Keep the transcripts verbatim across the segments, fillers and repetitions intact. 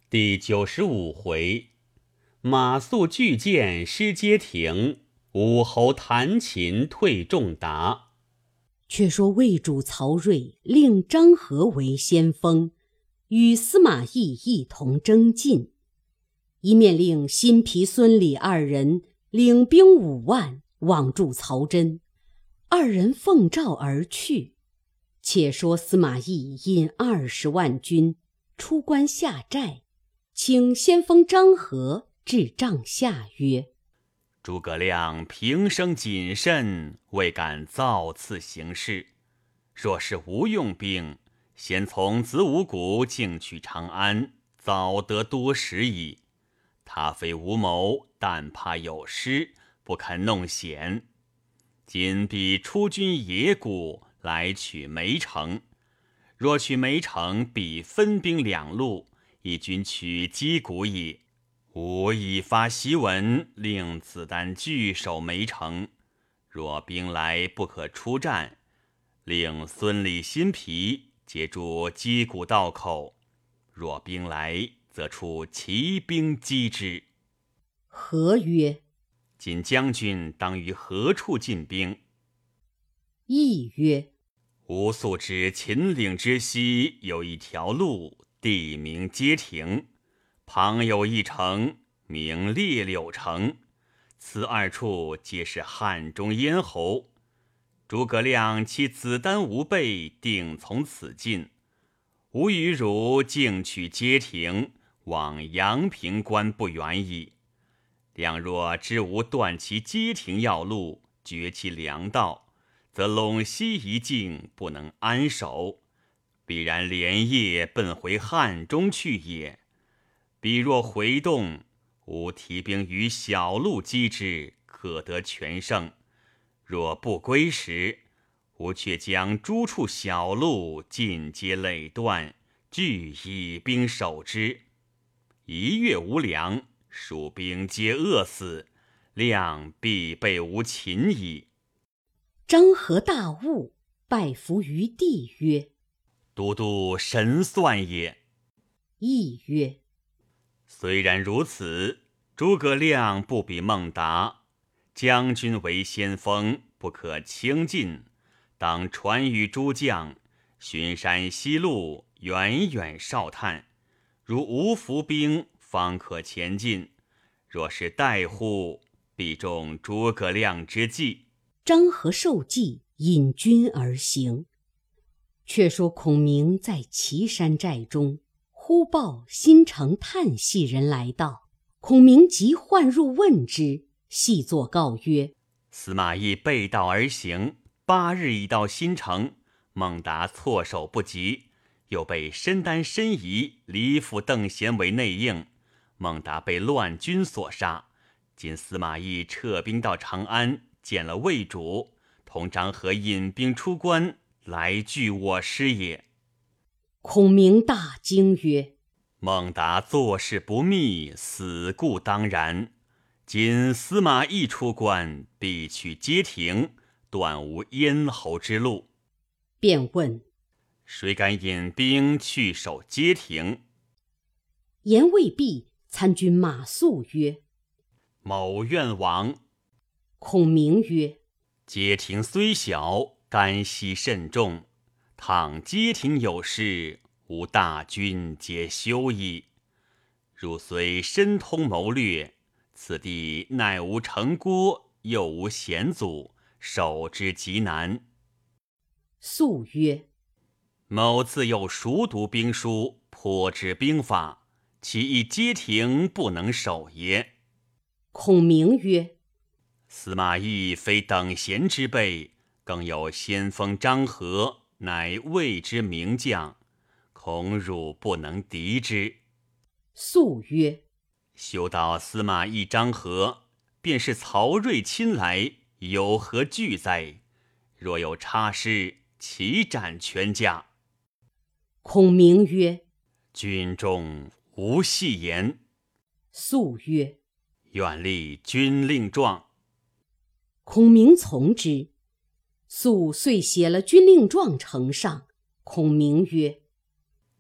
第九十五回，马谡拒谏失街亭，武侯弹琴退仲达。 却说魏主曹睿令张合为先锋，与司马懿一同征晋，一面令辛毗、孙李二人领兵五万望助曹真，二人奉诏而去。且说司马懿引二十万军出关下寨，请先锋张合至帐下曰： 诸葛亮平生谨慎，未敢造次行事。若是无用兵，先从子午谷径取长安，早得多时矣。他非无谋，但怕有失，不肯弄险。今必出军野谷，来取梅城。若取梅城，必分兵两路，一军取击谷矣。吾已发檄文，令子丹据守梅城。若兵来不可出战，令孙李、辛毗截住击谷道口。若兵来，则出骑兵击之。 合曰： 今将军当于何处进兵？ 懿曰： 吾素知秦岭之西有一条路，地名街亭，旁有一城，名列柳城。此二处皆是汉中咽喉。诸葛亮其子丹无备，定从此进。吾与汝径取街亭，往阳平关不远矣。亮若知吾断其街亭要路，绝其粮道，则陇西一境不能安守，必然连夜奔回汉中去也。彼若回动，吾提兵于小路击之，可得全胜。若不归时，吾却将诸处小路尽皆累断，俱以兵守之。一月无粮，蜀兵皆饿死，亮必被吾擒矣。 张合大悟，拜伏于地曰： 都督神算也。 懿曰： 虽然如此，诸葛亮不比孟达。将军为先锋，不可轻进，当传与诸将，巡山西路，远远哨探。如无伏兵，方可前进。若是怠忽，必中诸葛亮之计。 张合受计，引军而行。却说孔明在岐山寨中，忽报新城探系人来到，孔明即唤入问之，细作告曰： 司马懿背道而行，八日已到新城，孟达措手不及，又被申丹、申仪、李府、邓贤为内应，孟达被乱军所杀。今司马懿撤兵到长安，见了魏主，同张合引兵出关，来拒我师也。 孔明大惊曰： 孟达做事不密，死固当然。今司马懿出关，必取街亭，断无咽喉之路。 便问： 谁敢引兵去守街亭？ 言未毕，参军马谡曰： 某愿往。 孔明曰： 街亭虽小，干系甚重。倘街亭有事，吾大军皆休矣。汝虽深通谋略，此地乃无城郭，又无险阻，守之极难。 肃曰： 某自幼熟读兵书，颇知兵法，其一街亭不能守也。 孔明曰： 司马懿非等闲之辈，更有先锋张合，乃魏之名将，恐汝不能敌之。 肃曰： 休道司马懿、张合，便是曹睿亲来，有何惧哉？若有差失，岂斩全家？ 孔明曰： 军中无戏言。 肃曰： 愿立军令状。 孔明从之。肃遂写了军令状呈上。孔明曰：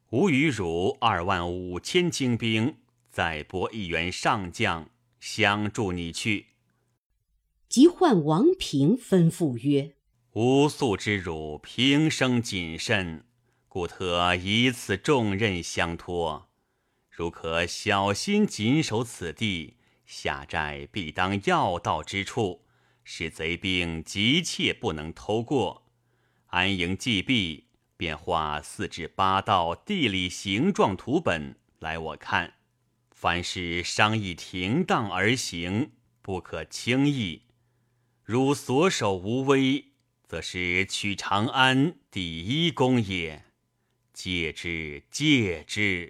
吾与汝二万五千精兵，再拨一员上将，相助你去。” 即唤王平吩咐曰：“ 吾素知汝平生谨慎，故特以此重任相托。如可小心谨守此地，下寨必当要道之处，使贼兵急切不能偷过。安营既毕，便画四至八道地理形状图本来我看。凡事商议停当而行，不可轻易。如所守无危，则是取长安第一功也。戒之，戒之。”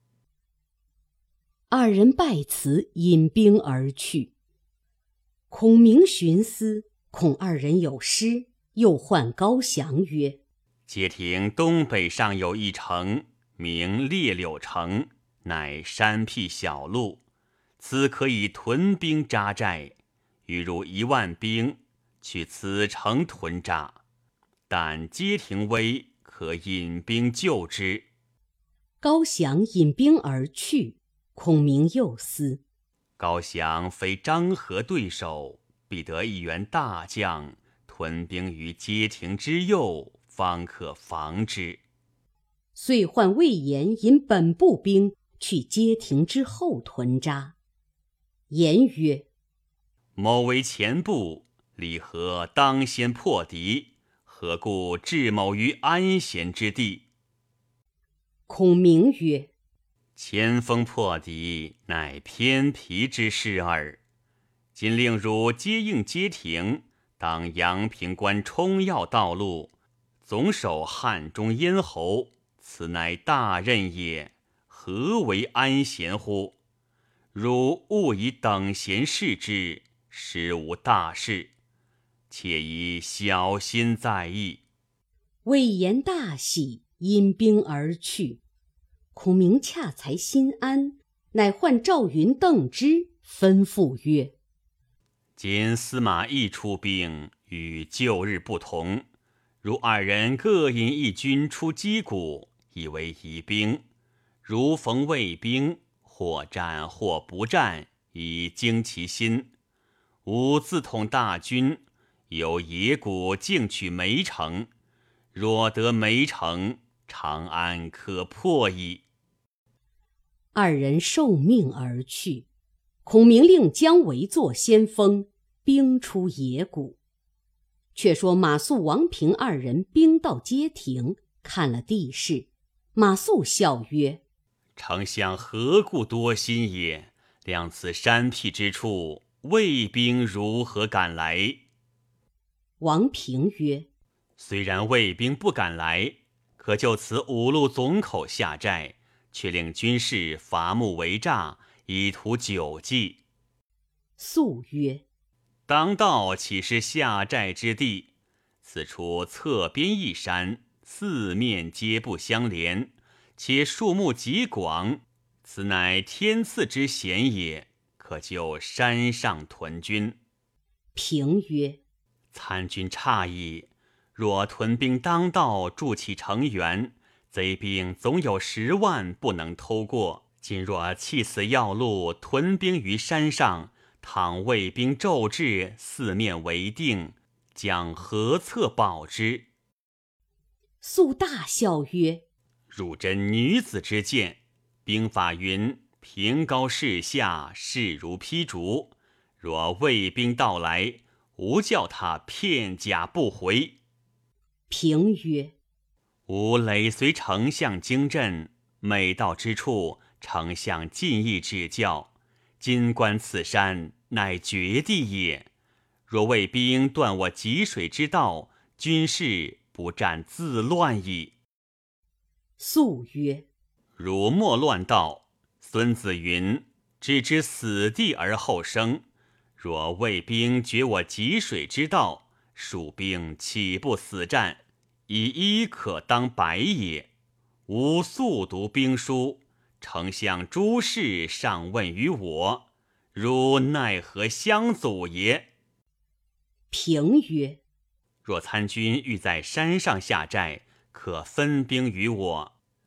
二人拜辞，引兵而去。孔明寻思，恐二人有失，又唤高翔曰：“ 街亭东北上有一城，名烈柳城，乃山僻小路，此可以屯兵扎寨，欲入一万兵，去此城屯扎。但街亭危，可引兵救之。” 高翔引兵而去。孔明又思， 高翔非张合对手，必得一员大将屯兵于街亭之右，方可防之。 遂唤魏延引本部兵去街亭之后屯扎。言曰：“ 某为前部，李何当先破敌，何故置某于安闲之地？” 孔明曰：“ 前锋破敌，乃偏僻之事耳。今令汝接应街亭，当阳平关冲要道路，总守汉中咽喉，此乃大任也，何为安闲乎？汝勿以等闲视之，实无大事，且宜小心在意。” 魏延大喜，引兵而去。孔明恰才心安，乃唤赵云、邓芝，吩咐曰：“ 今司马懿出兵，与旧日不同。如二人各引一军出击鼓，以为疑兵。如逢魏兵，或战或不战，以惊其心。吾自统大军，由野谷径取梅城。若得梅城，长安可破矣。” 二人受命而去。孔明令姜维作先锋，兵出野谷。却说马谡、王平二人兵到街亭，看了地势。马谡笑曰：“ 丞相何故多心也？量此山僻之处，魏兵如何敢来？” 王平曰：“ 虽然魏兵不敢来，可就此五路总口下寨，却令军士伐木为栅，以图久计。” 肃曰：“ 当道岂是下寨之地？此处侧边一山，四面皆不相连，且树木极广，此乃天赐之险也，可就山上屯军。” 平曰：“ 参军诧异，若屯兵当道，筑起城垣，贼兵总有十万不能偷过。今若弃此要路，屯兵于山上，倘魏兵骤至，四面围定，将何策保之？” 肃大笑曰：“ 汝真女子之见。兵法云：平高势下，势如劈竹。若魏兵到来，吾叫他片甲不回。” 平曰：“ 吾累随丞相经阵，每到之处，丞相尽意指教。今观此山，乃绝地也。若魏兵断我汲水之道，军士不战自乱矣。” 肃曰：“ 汝莫乱道。孙子云：置之死地而后生。若魏兵绝我汲水之道，蜀兵岂不死战？以一可当百也。吾速读兵书，丞相诸事上问于我，汝奈何相阻也？” 平曰：“ 若参军欲在山上下寨，可分兵于我。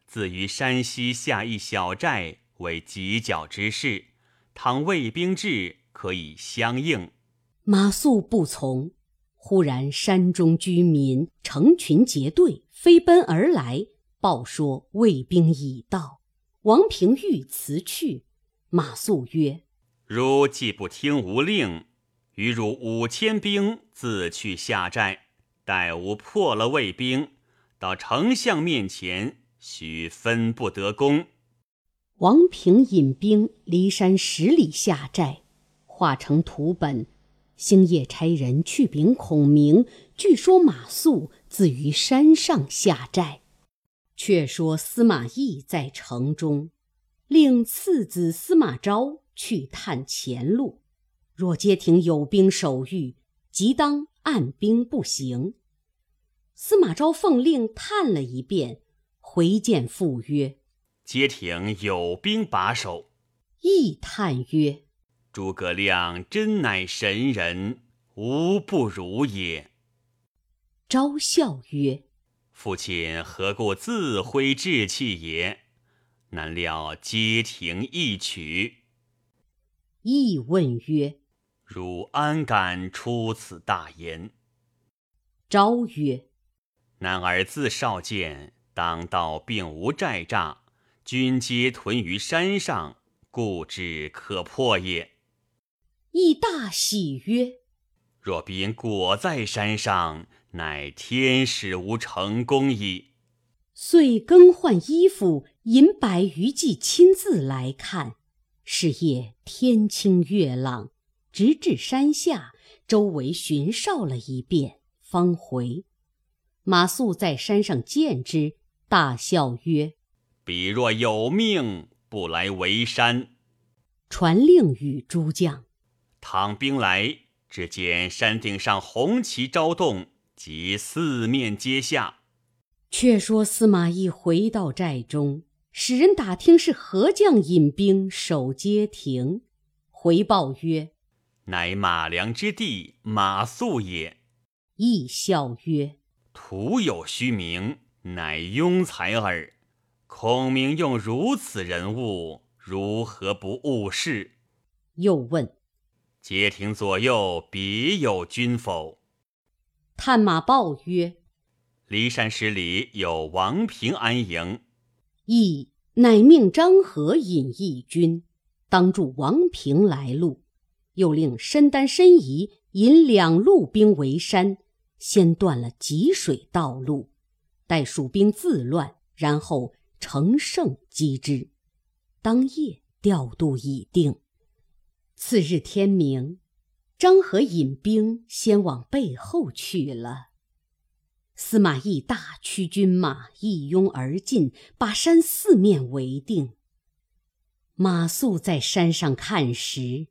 自于山西下一小寨为犄角之势，倘魏兵至，可以相应。 马谡不从。忽然山中居民成群结队飞奔而来，报说魏兵已到。王平欲辞去，马谡曰： 如既不听吾令，余汝五千兵自去下寨，待吾破了魏兵，到丞相面前，须分不得功。 王平引兵离山十里下寨，化成图本。星夜差人去禀孔明，据说马谡自于山上下寨。却说司马懿在城中，令次子司马昭去探前路，若街亭有兵守御，即当按兵不行。司马昭奉令探了一遍，回见父曰： 街亭有兵把守。 懿叹曰： 诸葛亮真乃神人，无不如也。 昭笑曰： 父亲何故自挥志气也？难料街亭一曲。 懿问曰： 汝安敢出此大言？ 昭曰： 男儿自少见，当道并无寨栅，军皆屯于山上，故之可破也。 懿大喜曰： 若兵果在山上，乃天使无成功矣。 遂更换衣服，引百余骑亲自来看。是夜天清月朗，直至山下，周围巡哨了一遍，方回。马谡在山上见之，大笑曰： 彼若有命，不来围山。 传令与诸将， 倘兵来，只见山顶上红旗招动，即四面皆下。 却说司马懿回到寨中，使人打听是何将引兵守街亭，回报曰： 乃马良之弟马谡也。 懿笑曰： 徒有虚名，乃庸才耳。孔明用如此人物，如何不误事？ 又问： 街亭左右别有军否？ 探马报曰： 骊山十里有王平安营。 懿乃命张合引义军，当助王平来路，又令申丹、申仪引两路兵围山，先断了济水道路，待蜀兵自乱，然后乘胜击之。当夜调度已定。次日天明，张合引兵先往背后去了。司马懿大驱军马一拥而进，把山四面围定。马谡在山上看时，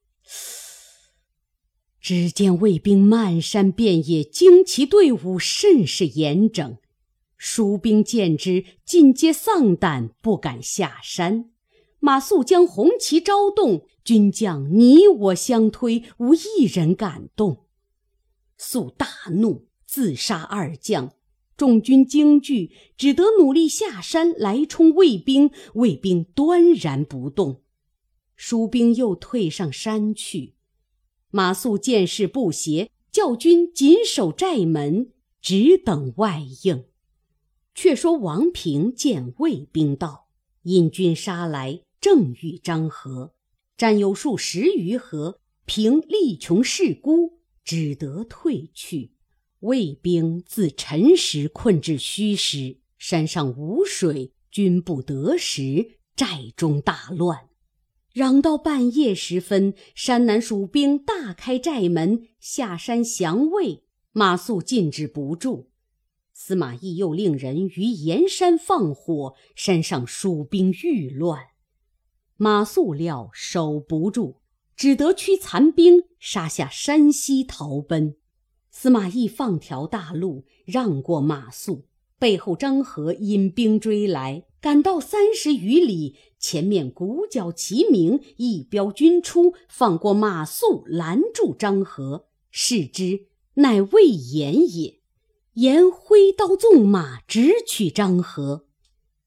只见魏兵漫山遍野，旌旗队伍甚是严整。蜀兵见之，尽皆丧胆，不敢下山。马谡将红旗招动，军将你我相推，无一人敢动。肃大怒，自杀二将。众军惊惧，只得努力下山来冲魏兵，魏兵端然不动。蜀兵又退上山去。马谡见势不协，教军紧守寨门，只等外应。却说王平见魏兵到，引军杀来，正遇张合，战有数十余合，平力穷势孤，只得退去。魏兵自辰时困至戌时，山上无水，军不得食，寨中大乱。嚷到半夜时分，山南蜀兵大开寨门，下山降魏，马谡禁止不住。司马懿又令人于盐山放火，山上蜀兵愈乱。马谡料守不住，只得驱残兵杀下山西逃奔。司马懿放条大路，让过马谡，背后张合引兵追来，赶到三十余里，前面鼓角齐鸣，一彪军出，放过马谡，拦住张合，视之，乃魏延也。延挥刀纵马，直取张合。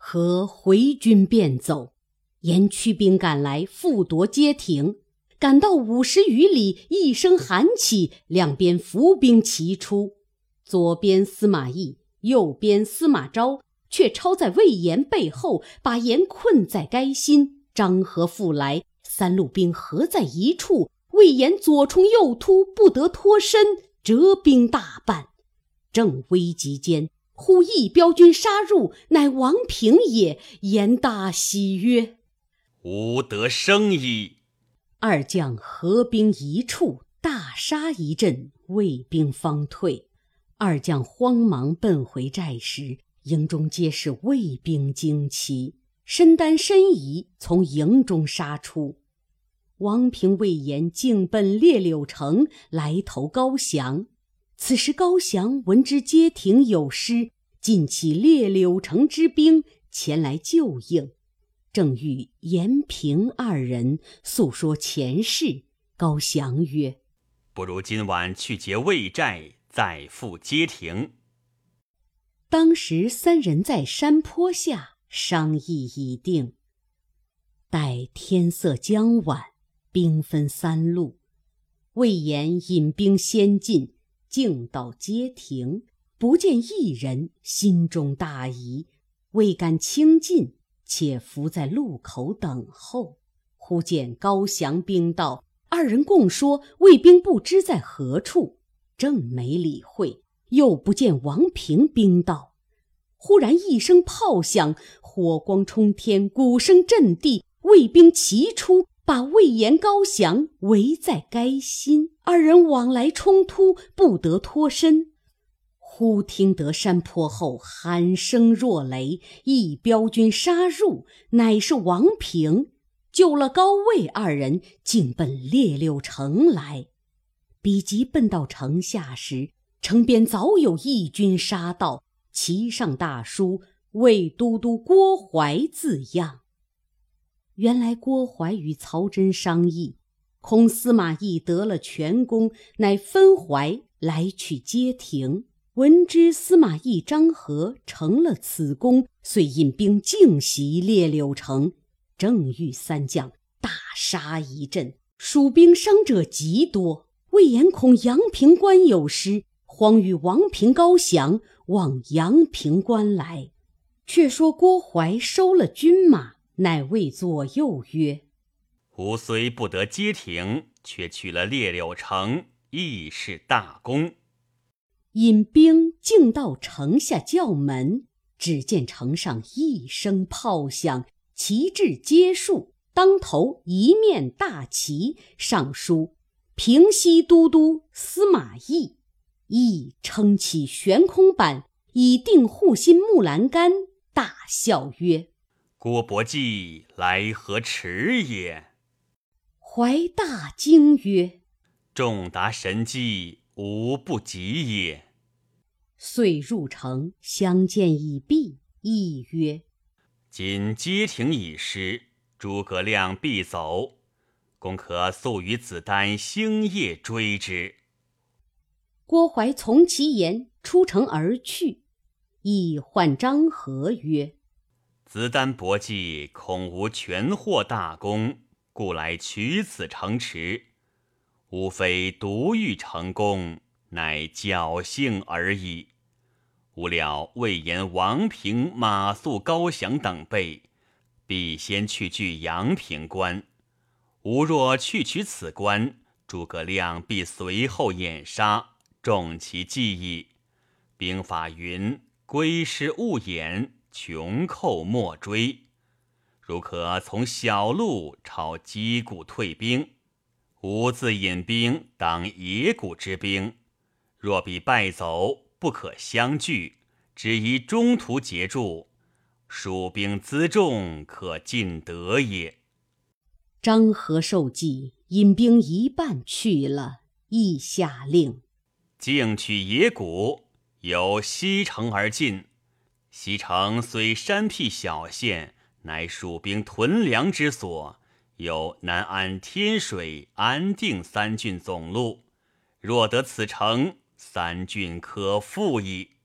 和回军便走。沿驱兵赶来，复夺街亭。赶到五十余里，一声喊起，两边伏兵齐出。左边司马懿，右边司马昭，却抄在魏延背后，把延困在该心。张合复来，三路兵合在一处，魏延左冲右突，不得脱身，折兵大半。正危急间，忽一彪军杀入，乃王平也。延大喜曰： 吾得生矣。 二将合兵一处，大杀一阵，魏兵方退。二将慌忙奔回寨时，营中皆是魏兵旌旗，身单身移，从营中杀出。王平、魏延径奔列柳城，来投高翔。此时高翔闻知街亭有失，尽起列柳城之兵前来救应。正与延平二人诉说前事，高翔曰： 不如今晚去劫魏寨，再赴街亭。 当时三人在山坡下商议已定。待天色将晚，兵分三路，魏延引兵先进，径到街亭，不见一人，心中大疑，未敢轻进，且伏在路口等候。忽见高翔兵到，二人共说魏兵不知在何处，正没理会，又不见王平兵到。忽然一声炮响，火光冲天，鼓声震地，魏兵齐出，把魏延、高翔围在该心。二人往来冲突，不得脱身。忽听得山坡后喊声若雷，一彪军杀入，乃是王平，救了高魏二人，竟奔列柳城来。比及奔到城下时，城边早有义军杀到，旗上大书魏都督郭淮字样。原来郭淮与曹真商议，恐司马懿得了全功，乃分淮来取街亭。闻知司马懿、张合成了此功，遂引兵径袭列柳城。正遇三将大杀一阵，蜀兵伤者极多。魏延恐阳平关有失，慌与王平、高翔往阳平关来。却说郭淮收了军马，乃谓左右曰： 吾虽不得街亭，却取了列柳城，亦是大功。 引兵径到城下叫门，只见城上一声炮响，旗帜皆竖，当头一面大旗，上书平西都督司马懿。懿撑起悬空板，以定护心木栏杆，大笑曰： 郭伯骥来何迟也？ 怀大惊曰： 重达神机，吾不及也。 遂入城，相见已毕。懿曰： 今街亭已失，诸葛亮必走，公可速与子丹星夜追之。 郭淮从其言，出城而去。懿唤张合曰： 子丹伯骥恐无全获大功，故来取此城池。吾非独欲成功，乃侥幸而已。无料魏延、王平、马谡、高翔等辈，必先去据阳平关。吾若去取此关，诸葛亮必随后掩杀，中其计矣。兵法云：归师勿掩，穷寇莫追。如可从小路抄击鼓退兵，吾自引兵当野谷之兵。若必败走，不可相拒，只宜中途截住，蜀兵辎重，可尽得也。 张合受计，引兵一半去了。懿下令径取野谷，由西城而进。西城虽山僻小县，乃蜀兵屯粮之所，有南安、天水、安定三郡总路。若得此城，三郡可复矣。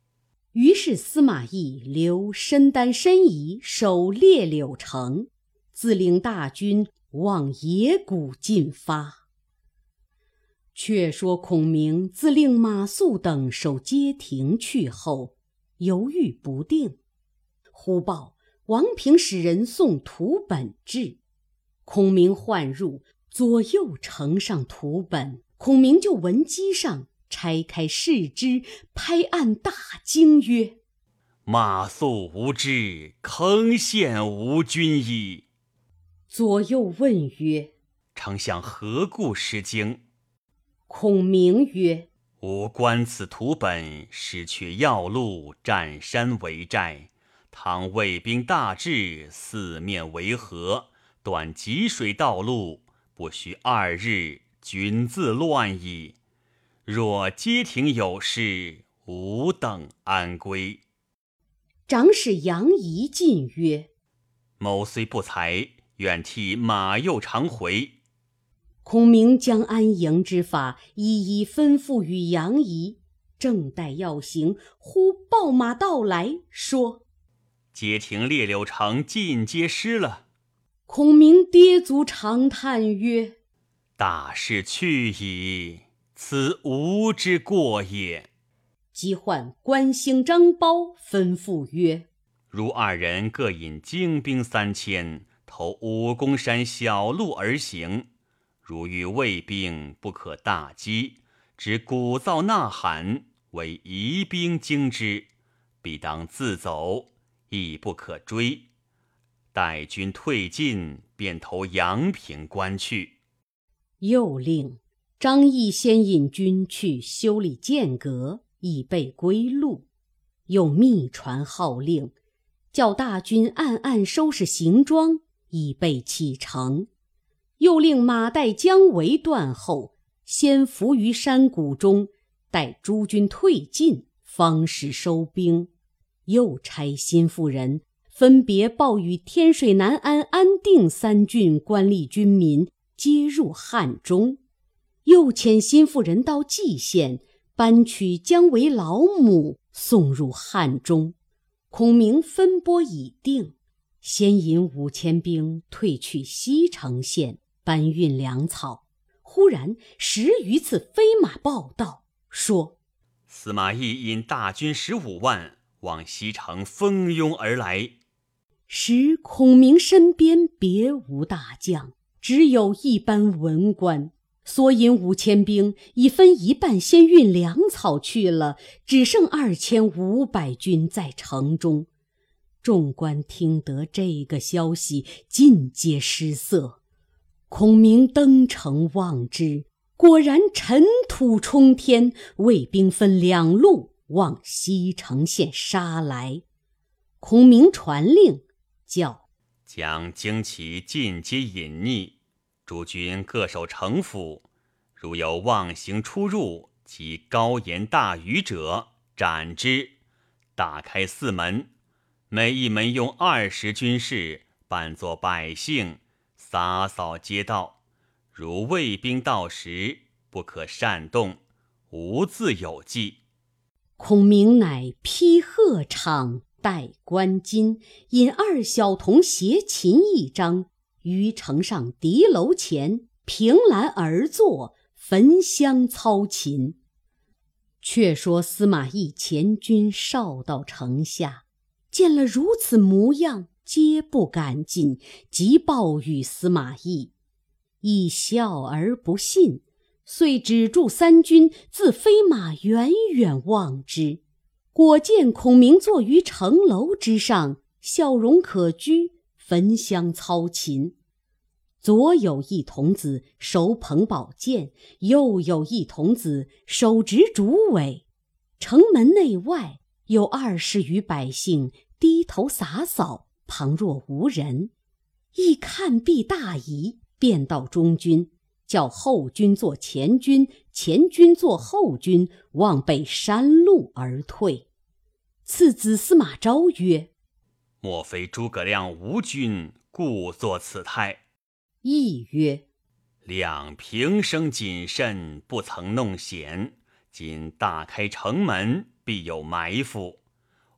于是司马懿留申丹、申仪守列柳城，自领大军往野谷进发。却说孔明自令马谡等守街亭去后，犹豫不定。忽报王平使人送图本至，孔明唤入，左右呈上图本，孔明就闻机上拆开视之，拍案大惊曰： 马谡无知，坑陷吾君矣。 左右问曰： 丞相何故失惊？ 孔明曰： 吾观此图本，失却要路，占山为寨。倘魏兵大至，四面围合，断济水道路，不须二日，军自乱矣。若街亭有事，吾等安归？ 长史杨仪进曰： 某虽不才，愿替马右长回。 孔明将安营之法一一吩咐与杨仪，正待要行，忽报马到来，说： 街亭列柳城尽皆失了。 孔明跌足长叹曰： 大势去矣，此吾之过也。 即唤关兴、张苞，吩咐曰： 如二人各引精兵三千，投武功山小路而行。如遇魏兵，不可大击，只鼓噪呐喊，为疑兵惊之，必当自走，亦不可追。待军退尽，便投阳平关去。 又令张翼先引军去修理剑阁，以备归路。又密传号令，叫大军暗暗收拾行装，以备启程。又令马岱将围断后，先伏于山谷中，待诸军退尽，方始收兵。又差心腹人分别报与天水、南安、安定三郡官吏军民，皆入汉中。又遣心腹人到蓟县，搬取姜维老母，送入汉中。孔明分拨已定，先引五千兵退去西城县，搬运粮草。忽然十余次飞马报到，说： 司马懿引大军十五万往西城蜂拥而来。 时孔明身边别无大将，只有一班文官，所引五千兵已分一半先运粮草去了，只剩二千五百军在城中。众官听得这个消息，尽皆失色。孔明登城望之，果然尘土冲天，魏兵分两路往西城县杀来。孔明传令，叫将旌旗尽皆引匿，诸军各守城府，如有妄行出入及高言大语者，斩之。大开四门，每一门用二十军士扮作百姓，洒扫街道。如魏兵到时，不可擅动，无自有计。 孔明乃披鹤氅，戴冠巾，引二小童携琴一张，于城上敌楼前凭栏而坐，焚香操琴。却说司马懿前军哨到城下，见了如此模样，皆不敢进，即报与司马懿。懿笑而不信，遂止住三军，自飞马远远望之。果见孔明坐于城楼之上，笑容可掬，焚香操琴。左有一童子手捧宝剑，右有一童子手执竹苇。城门内外有二十余百姓低头洒扫，旁若无人。一看必大疑，便到中军，叫后军做前军，前军做后军，往北山路而退。次子司马昭曰： 莫非诸葛亮无军，故作此态？ 懿曰： 亮平生谨慎，不曾弄险，今大开城门，必有埋伏。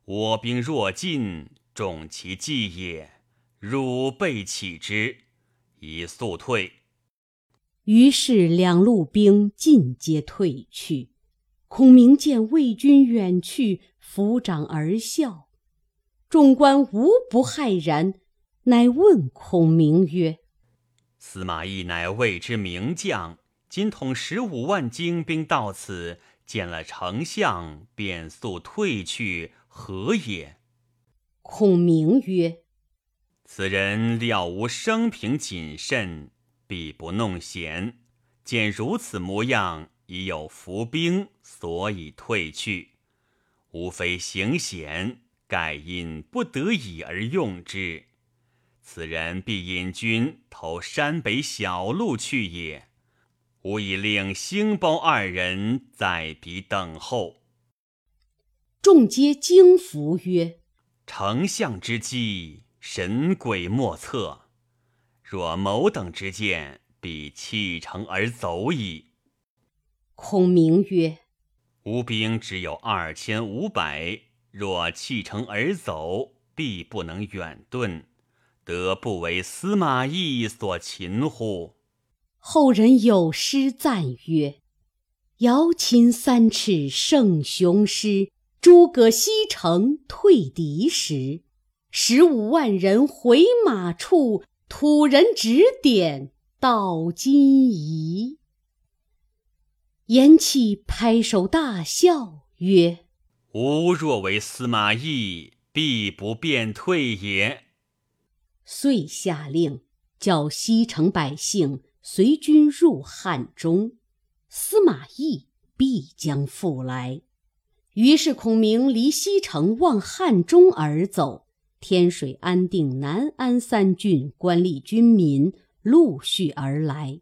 我兵若进，众其计也。汝备启之，宜速退。” 于是两路兵尽皆退去。孔明见魏军远去，抚掌而笑。众官无不骇然，乃问孔明曰：“ 司马懿乃魏之名将，今统十五万精兵到此，见了丞相，便速退去，何也？” 孔明曰：“ 此人料无生平谨慎，必不弄贤。见如此模样，已有伏兵，所以退去。无非行险，盖因不得已而用之。此人必引军投山北小路去也。吾已令兴包二人在彼等候。” 众皆惊服曰：“ 丞相之计，神鬼莫测。若某等之见，必弃城而走矣。” 孔明曰：“ 吾兵只有二千五百，若弃城而走，必不能远遁，得不为司马懿所擒乎？” 后人有诗赞曰：“遥擒三尺胜雄师，诸葛西城退敌时。十五万人回马处，土人指点到今宜。”颜气拍手大笑曰：“ 吾若为司马懿，必不便退也。” 遂下令叫西城百姓随军入汉中，司马懿必将复来。于是孔明离西城望汉中而走，天水、安定、南安三郡官吏军民陆续而来。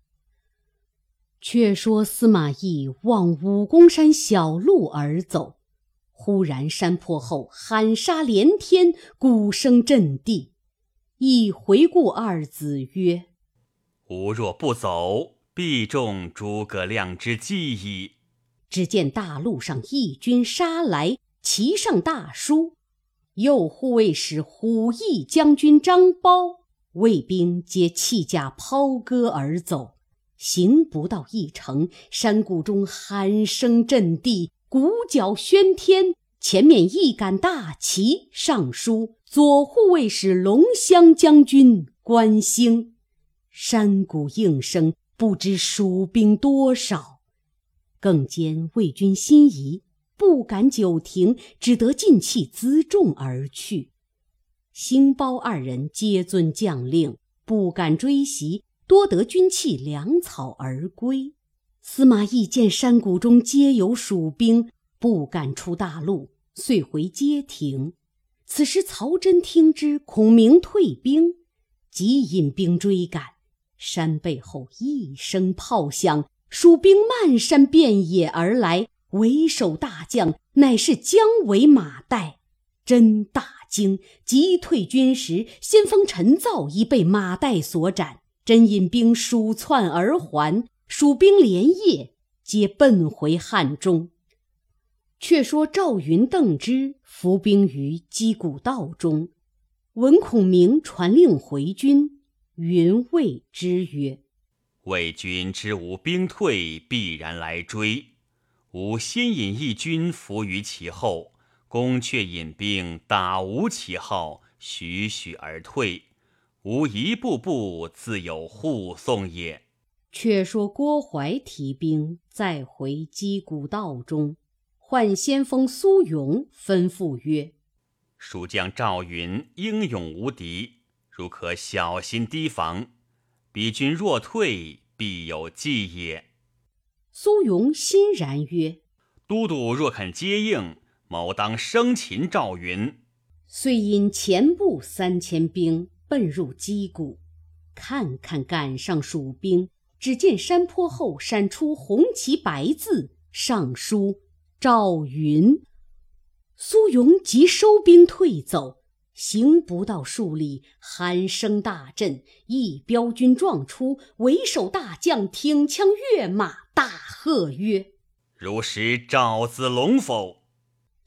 却说司马懿望武功山小路而走，忽然山坡后喊杀连天，鼓声震地。亦回顾二子曰：“ 吾若不走，必中诸葛亮之计矣。” 只见大路上义军杀来，旗上大书：“右护卫使虎翼将军张苞。”卫兵皆弃甲抛戈而走。行不到一城，山谷中喊声震地，鼓角喧天。前面一杆大旗，上书：“左护卫使龙骧将军关兴。”山谷应声，不知蜀兵多少。更兼魏军心疑，不敢久停，只得尽弃辎重而去。兴包二人皆遵将令，不敢追袭，多得军器粮草而归。司马懿见山谷中皆有蜀兵，不敢出大路，遂回街亭。此时曹真听知孔明退兵，即引兵追赶。山背后一声炮响，蜀兵漫山遍野而来，为首大将乃是姜维、马岱。真大惊，急退军时，先锋陈造已被马岱所斩。真引兵鼠窜而还，蜀兵连夜皆奔回汉中。却说赵云、邓芝伏兵于击鼓道中，闻孔明传令回军，云谓之曰：“ 魏军知吾兵退，必然来追。吾先引一军伏于其后，公却引兵打吴其号，徐徐而退。吾一步步自有护送也。” 却说郭淮提兵再回击鼓道中，唤先锋苏勇，吩咐曰：“ 蜀将赵云英勇无敌，如可小心提防。彼军若退，必有计也。” 苏勇欣然曰：“ 都督若肯接应，某当生擒赵云。” 遂引前部三千兵奔入击鼓，看看赶上蜀兵，只见山坡后闪出红旗白字，上书赵云。苏勇即收兵退走，行不到数里，喊声大震，一彪军撞出，为首大将挺枪跃马，大喝曰：“ 如识赵子龙否？”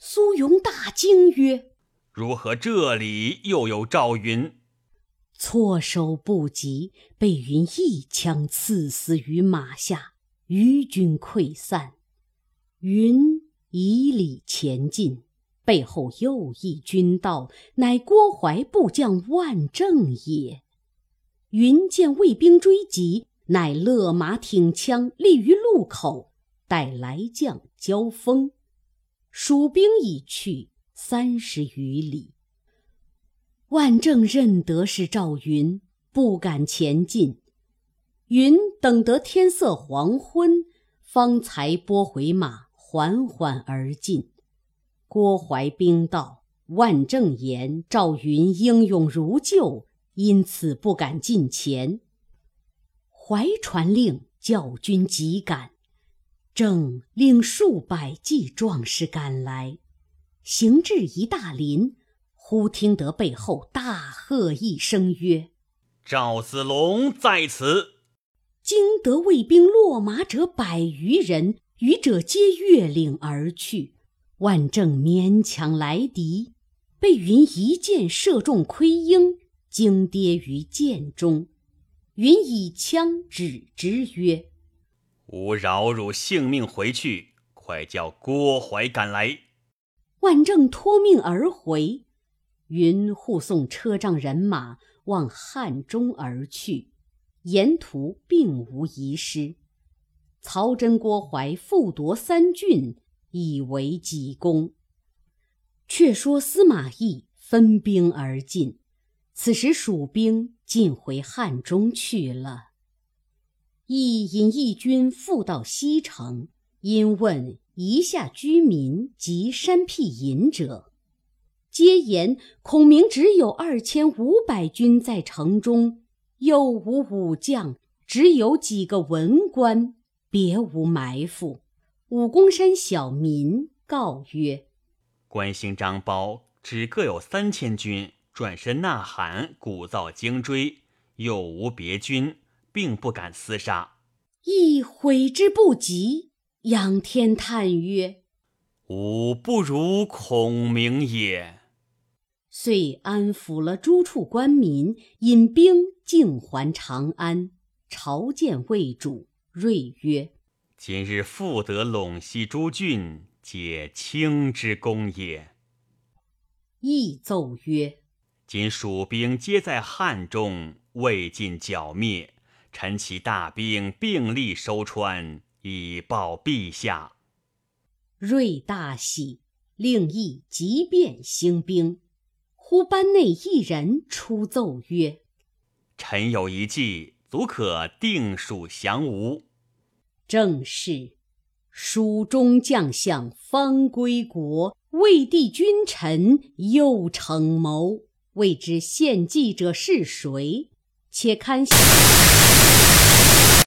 苏永大惊曰： 如何这里又有赵云？ 措手不及，被云一枪刺死于马下，余军溃散。云以礼前进，背后又一军到，乃郭淮部将万正也。云见魏兵追急，乃勒马挺枪，立于路口，待来将交锋。蜀兵已去三十余里。万正认得是赵云，不敢前进。云等得天色黄昏，方才拨回马，缓缓而进。郭淮兵到，万正言赵云英勇如旧，因此不敢近前。怀传令教军急赶，正令数百骑壮士赶来，行至一大林，忽听得背后大喝一声曰： 赵子龙在此！ 惊得魏兵落马者百余人，余者皆越岭而去。万正勉强来敌，被云一箭射中盔缨，惊跌于箭中。云以枪指之曰： 吾饶汝性命回去，快叫郭淮赶来。 万正托命而回。云护送车仗人马往汉中而去，沿途并无遗失。曹真、郭淮复夺三郡，以为己功。却说司马懿分兵而进，此时蜀兵进回汉中去了。懿引义军复到西城，因问夷下居民及山僻隐者，皆言孔明只有二千五百军在城中，又无武将，只有几个文官，别无埋伏。武功山小民告曰： 关兴、张苞只各有三千军，转身呐喊，鼓噪惊追，又无别军，并不敢厮杀。 懿悔之不及，仰天叹曰： 吾不如孔明也。 遂安抚了诸处官民，引兵径还长安。朝见魏主，睿曰： 今日复得陇西诸郡，皆卿之功也。 懿奏曰： 今蜀兵皆在汉中，未尽剿灭，臣其大兵并力收川，以报陛下。 睿大喜，令懿即便兴兵。忽班内一人出奏曰： 臣有一计，足可定蜀降吴。 正是蜀中将相方归国，魏帝君臣又逞谋，未知献计者是谁？且看